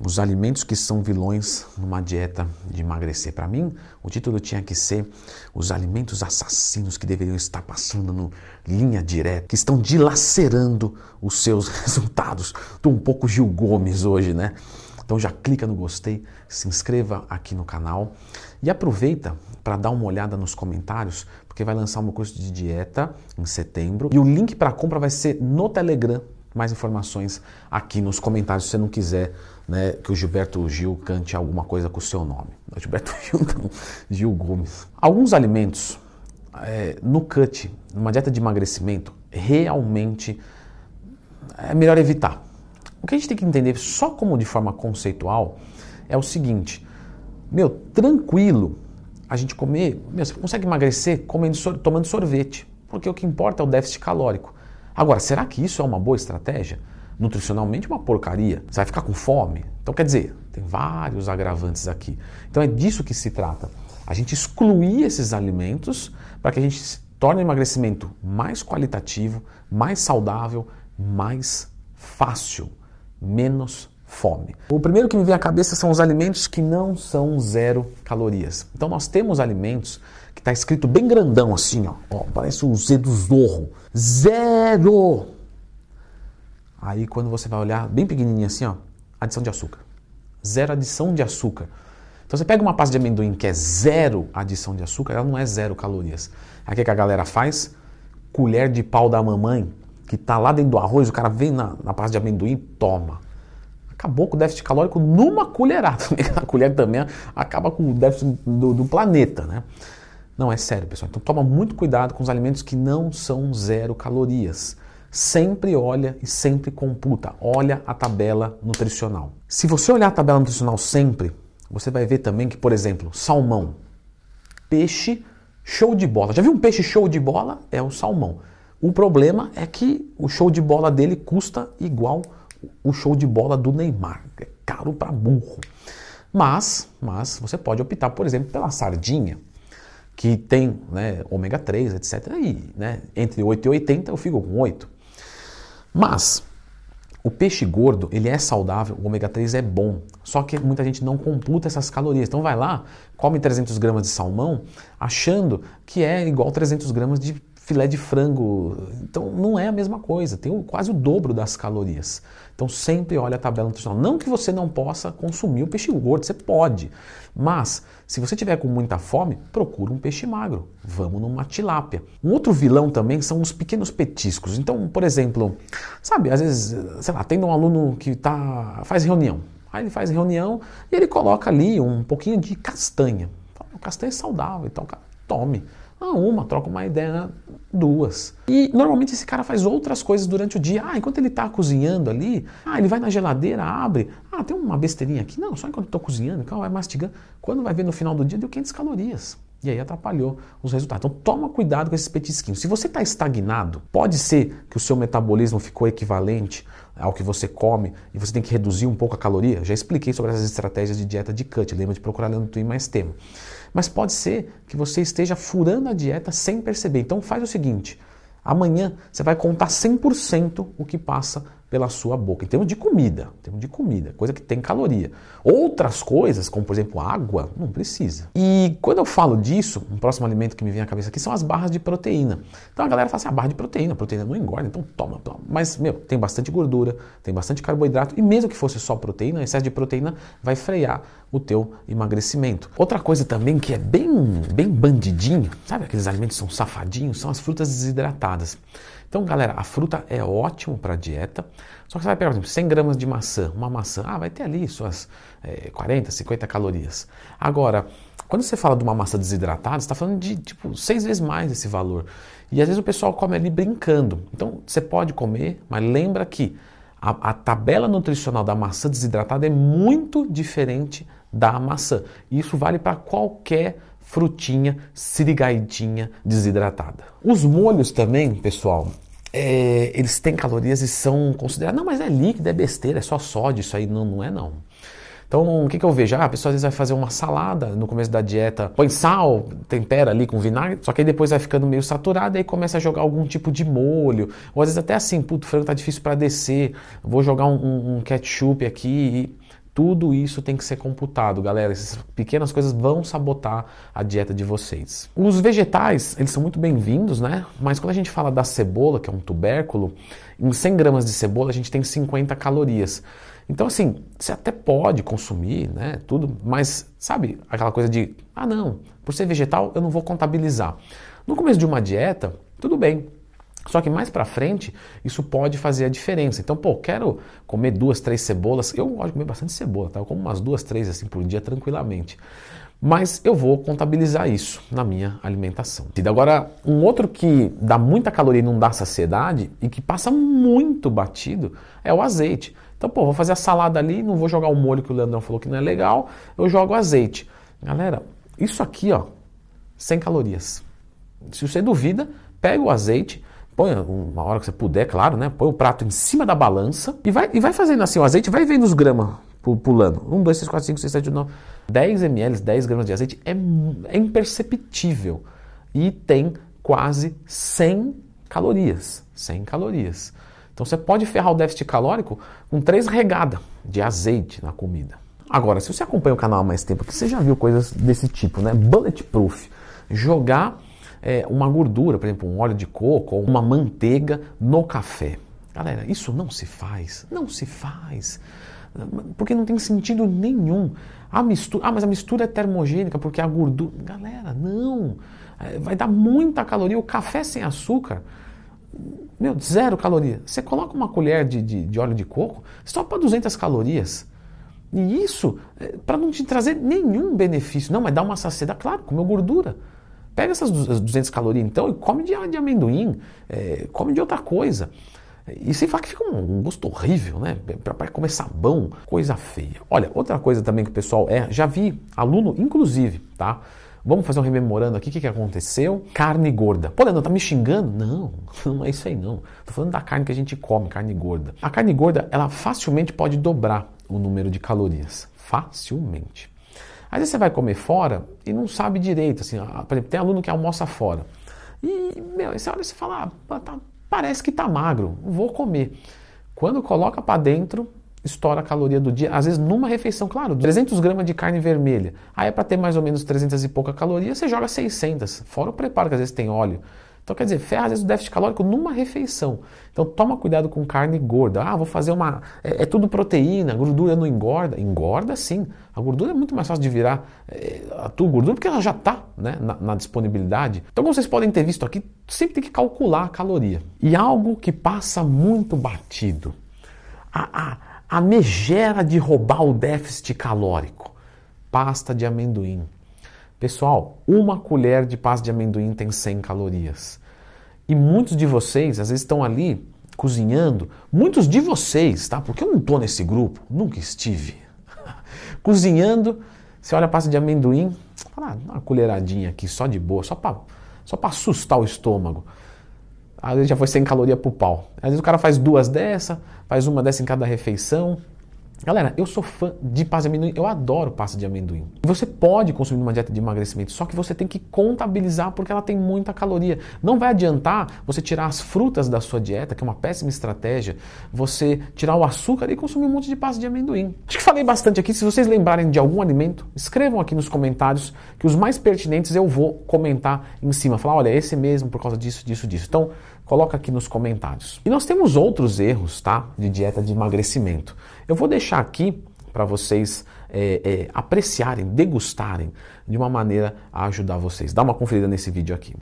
Os alimentos que são vilões numa dieta de emagrecer. Para mim, o título tinha que ser os alimentos assassinos que deveriam estar passando no linha direta, que estão dilacerando os seus resultados. Estou um pouco Gil Gomes hoje, né? Então já clica no gostei, se inscreva aqui no canal e aproveita para dar uma olhada nos comentários, porque vai lançar um curso de dieta em setembro e o link para a compra vai ser no Telegram. Mais informações aqui nos comentários se você não quiser, né, que o Gilberto Gil cante alguma coisa com o seu nome. O Gilberto Gil não, Gil Gomes. Alguns alimentos no cut, numa dieta de emagrecimento, realmente é melhor evitar. O que a gente tem que entender só como de forma conceitual é o seguinte, tranquilo a gente comer, você consegue emagrecer tomando sorvete, porque o que importa é o déficit calórico. Agora, será que isso é uma boa estratégia? Nutricionalmente, uma porcaria. Você vai ficar com fome? Então, quer dizer, tem vários agravantes aqui. Então, é disso que se trata. A gente excluir esses alimentos para que a gente torne o emagrecimento mais qualitativo, mais saudável, mais fácil, menos fome. O primeiro que me vem à cabeça são os alimentos que não são 0 calorias. Então, nós temos alimentos que está escrito bem grandão assim, ó, parece o Z do Zorro. 0! Aí quando você vai olhar bem pequenininho assim, ó, adição de açúcar. 0 adição de açúcar. Então você pega uma pasta de amendoim que é 0 adição de açúcar, ela não é 0 calorias. Aí o que a galera faz? Colher de pau da mamãe, que tá lá dentro do arroz, o cara vem na pasta de amendoim e toma. Acabou com o déficit calórico numa colherada. A colher também acaba com o déficit do planeta, né? Não, é sério, pessoal. Então toma muito cuidado com os alimentos que não são 0 calorias. Sempre olha e sempre computa. Olha a tabela nutricional. Se você olhar a tabela nutricional sempre, você vai ver também que, por exemplo, salmão, peixe show de bola. Já viu um peixe show de bola? É o salmão. O problema é que o show de bola dele custa igual o show de bola do Neymar. É caro para burro. Mas você pode optar, por exemplo, pela sardinha, que tem, né, ômega 3, etc. E, né, entre 8 e 80 eu fico com 8. Mas o peixe gordo, ele é saudável, o ômega 3 é bom. Só que muita gente não computa essas calorias. Então vai lá, come 300 gramas de salmão, achando que é igual 300 gramas de filé de frango. Então não é a mesma coisa, tem quase o dobro das calorias. Então sempre olha a tabela nutricional. Não que você não possa consumir o peixe gordo, você pode. Mas se você tiver com muita fome, procura um peixe magro. Vamos numa tilápia. Um outro vilão também são os pequenos petiscos. Então, por exemplo, sabe, às vezes, sei lá, tem um aluno que faz reunião. Aí ele faz reunião e ele coloca ali um pouquinho de castanha. Castanha é saudável, então tome. Troca uma ideia, 2. E normalmente esse cara faz outras coisas durante o dia. Enquanto ele está cozinhando ali, ele vai na geladeira, abre. Tem uma besteirinha aqui. Não, só enquanto eu estou cozinhando, então vai mastigando. Quando vai ver no final do dia, deu 500 calorias. E aí atrapalhou os resultados. Então toma cuidado com esses petisquinhos. Se você está estagnado, pode ser que o seu metabolismo ficou equivalente ao que você come e você tem que reduzir um pouco a caloria. Já expliquei sobre essas estratégias de dieta de cut. Lembra de procurar lá no Twitter mais tema. Mas pode ser que você esteja furando a dieta sem perceber. Então faz o seguinte, amanhã você vai contar 100% o que passa pela sua boca, em termos de comida, coisa que tem caloria. Outras coisas, como por exemplo água, não precisa. E quando eu falo disso, um próximo alimento que me vem à cabeça aqui são as barras de proteína. Então a galera fala assim, barra de proteína não engorda, então toma. Mas, tem bastante gordura, tem bastante carboidrato, e mesmo que fosse só proteína, o excesso de proteína vai frear o teu emagrecimento. Outra coisa também que é bem bandidinho, sabe aqueles alimentos que são safadinhos, são as frutas desidratadas. Então, galera, a fruta é ótimo para dieta, só que você vai pegar, por exemplo, 100 gramas de maçã, uma maçã, vai ter ali suas 40, 50 calorias. Agora, quando você fala de uma maçã desidratada, você está falando de, 6 vezes mais esse valor. E às vezes o pessoal come ali brincando. Então, você pode comer, mas lembra que a tabela nutricional da maçã desidratada é muito diferente da maçã. E isso vale para qualquer frutinha, sirigaidinha desidratada. Os molhos também, pessoal, eles têm calorias e são considerados, não, mas é líquido, é besteira, é só sódio, isso aí não é não. Então, o que eu vejo? A pessoa às vezes vai fazer uma salada no começo da dieta, põe sal, tempera ali com vinagre, só que aí depois vai ficando meio saturado, aí começa a jogar algum tipo de molho, ou às vezes até assim, o frango tá difícil para descer, vou jogar um ketchup aqui e Tudo isso tem que ser computado, galera. Essas pequenas coisas vão sabotar a dieta de vocês. Os vegetais, eles são muito bem-vindos, né? Mas quando a gente fala da cebola, que é um tubérculo, em 100 gramas de cebola a gente tem 50 calorias. Então, assim, você até pode consumir, né, tudo, mas sabe aquela coisa de, não, por ser vegetal eu não vou contabilizar. No começo de uma dieta, tudo bem. Só que mais pra frente, isso pode fazer a diferença. Então, quero comer 2, 3 cebolas. Eu gosto de comer bastante cebola, tá? Eu como umas 2, 3 assim por dia tranquilamente. Mas eu vou contabilizar isso na minha alimentação. E agora, um outro que dá muita caloria e não dá saciedade e que passa muito batido é o azeite. Então, vou fazer a salada ali, não vou jogar o molho que o Leandrão falou que não é legal, eu jogo azeite. Galera, isso aqui, 100 calorias. Se você duvida, pega o azeite, põe uma hora que você puder, claro, né? Põe o prato em cima da balança e vai fazendo assim o azeite, vai vendo os gramas pulando. 1, 2, 3, 4, 5, 6, 7, 8, 9. 10 ml, 10 gramas de azeite é imperceptível. E tem quase 100 calorias. 100 calorias. Então você pode ferrar o déficit calórico com 3 regadas de azeite na comida. Agora, se você acompanha o canal há mais tempo, você já viu coisas desse tipo, né? Bulletproof. Jogar uma gordura, por exemplo, um óleo de coco ou uma manteiga no café. Galera, isso não se faz. Não se faz. Porque não tem sentido nenhum. Mas a mistura é termogênica porque a gordura... Galera, não. Vai dar muita caloria. O café sem açúcar, 0 caloria. Você coloca uma colher de óleo de coco, só para 200 calorias. E isso, para não te trazer nenhum benefício. Não, mas dá uma saciedade. Claro, comeu gordura. Pega essas 200 calorias então e come de amendoim, come de outra coisa. E sem falar que fica um gosto horrível, né? Para comer sabão, coisa feia. Olha, outra coisa também que o pessoal já vi aluno, inclusive, tá? Vamos fazer um rememorando aqui o que aconteceu. Carne gorda. Leandro, tá me xingando? Não é isso aí não. Tô falando da carne que a gente come, carne gorda. A carne gorda, ela facilmente pode dobrar o número de calorias. Facilmente. Às vezes você vai comer fora e não sabe direito, assim, por exemplo, tem aluno que almoça fora. E, você olha e você fala, parece que tá magro, vou comer. Quando coloca para dentro, estoura a caloria do dia, às vezes numa refeição, claro, 300 gramas de carne vermelha. Aí é para ter mais ou menos 300 e pouca calorias, você joga 600, fora o preparo, que às vezes tem óleo. Então, quer dizer, ferra às vezes o déficit calórico numa refeição. Então, toma cuidado com carne gorda. Vou fazer uma... É tudo proteína, a gordura não engorda. Engorda sim. A gordura é muito mais fácil de virar a tua gordura, porque ela já está, né, na disponibilidade. Então, como vocês podem ter visto aqui, sempre tem que calcular a caloria. E algo que passa muito batido. A megera de roubar o déficit calórico. Pasta de amendoim. Pessoal, uma colher de pasta de amendoim tem 100 calorias. E muitos de vocês, às vezes, estão ali cozinhando. Muitos de vocês, tá? Porque eu não estou nesse grupo, nunca estive. Cozinhando, você olha a pasta de amendoim, fala, uma colheradinha aqui, só de boa, só para assustar o estômago. Às vezes já foi 100 calorias pro pau. Às vezes o cara faz 2 dessa, faz uma dessa em cada refeição. Galera, eu sou fã de pasta de amendoim, eu adoro pasta de amendoim. Você pode consumir uma dieta de emagrecimento, só que você tem que contabilizar porque ela tem muita caloria. Não vai adiantar você tirar as frutas da sua dieta, que é uma péssima estratégia, você tirar o açúcar e consumir um monte de pasta de amendoim. Acho que falei bastante aqui, se vocês lembrarem de algum alimento, escrevam aqui nos comentários, que os mais pertinentes eu vou comentar em cima. Falar, olha, esse mesmo por causa disso, disso, disso. Então, coloca aqui nos comentários. E nós temos outros erros, tá? De dieta de emagrecimento. Eu vou deixar aqui para vocês apreciarem, degustarem de uma maneira a ajudar vocês. Dá uma conferida nesse vídeo aqui.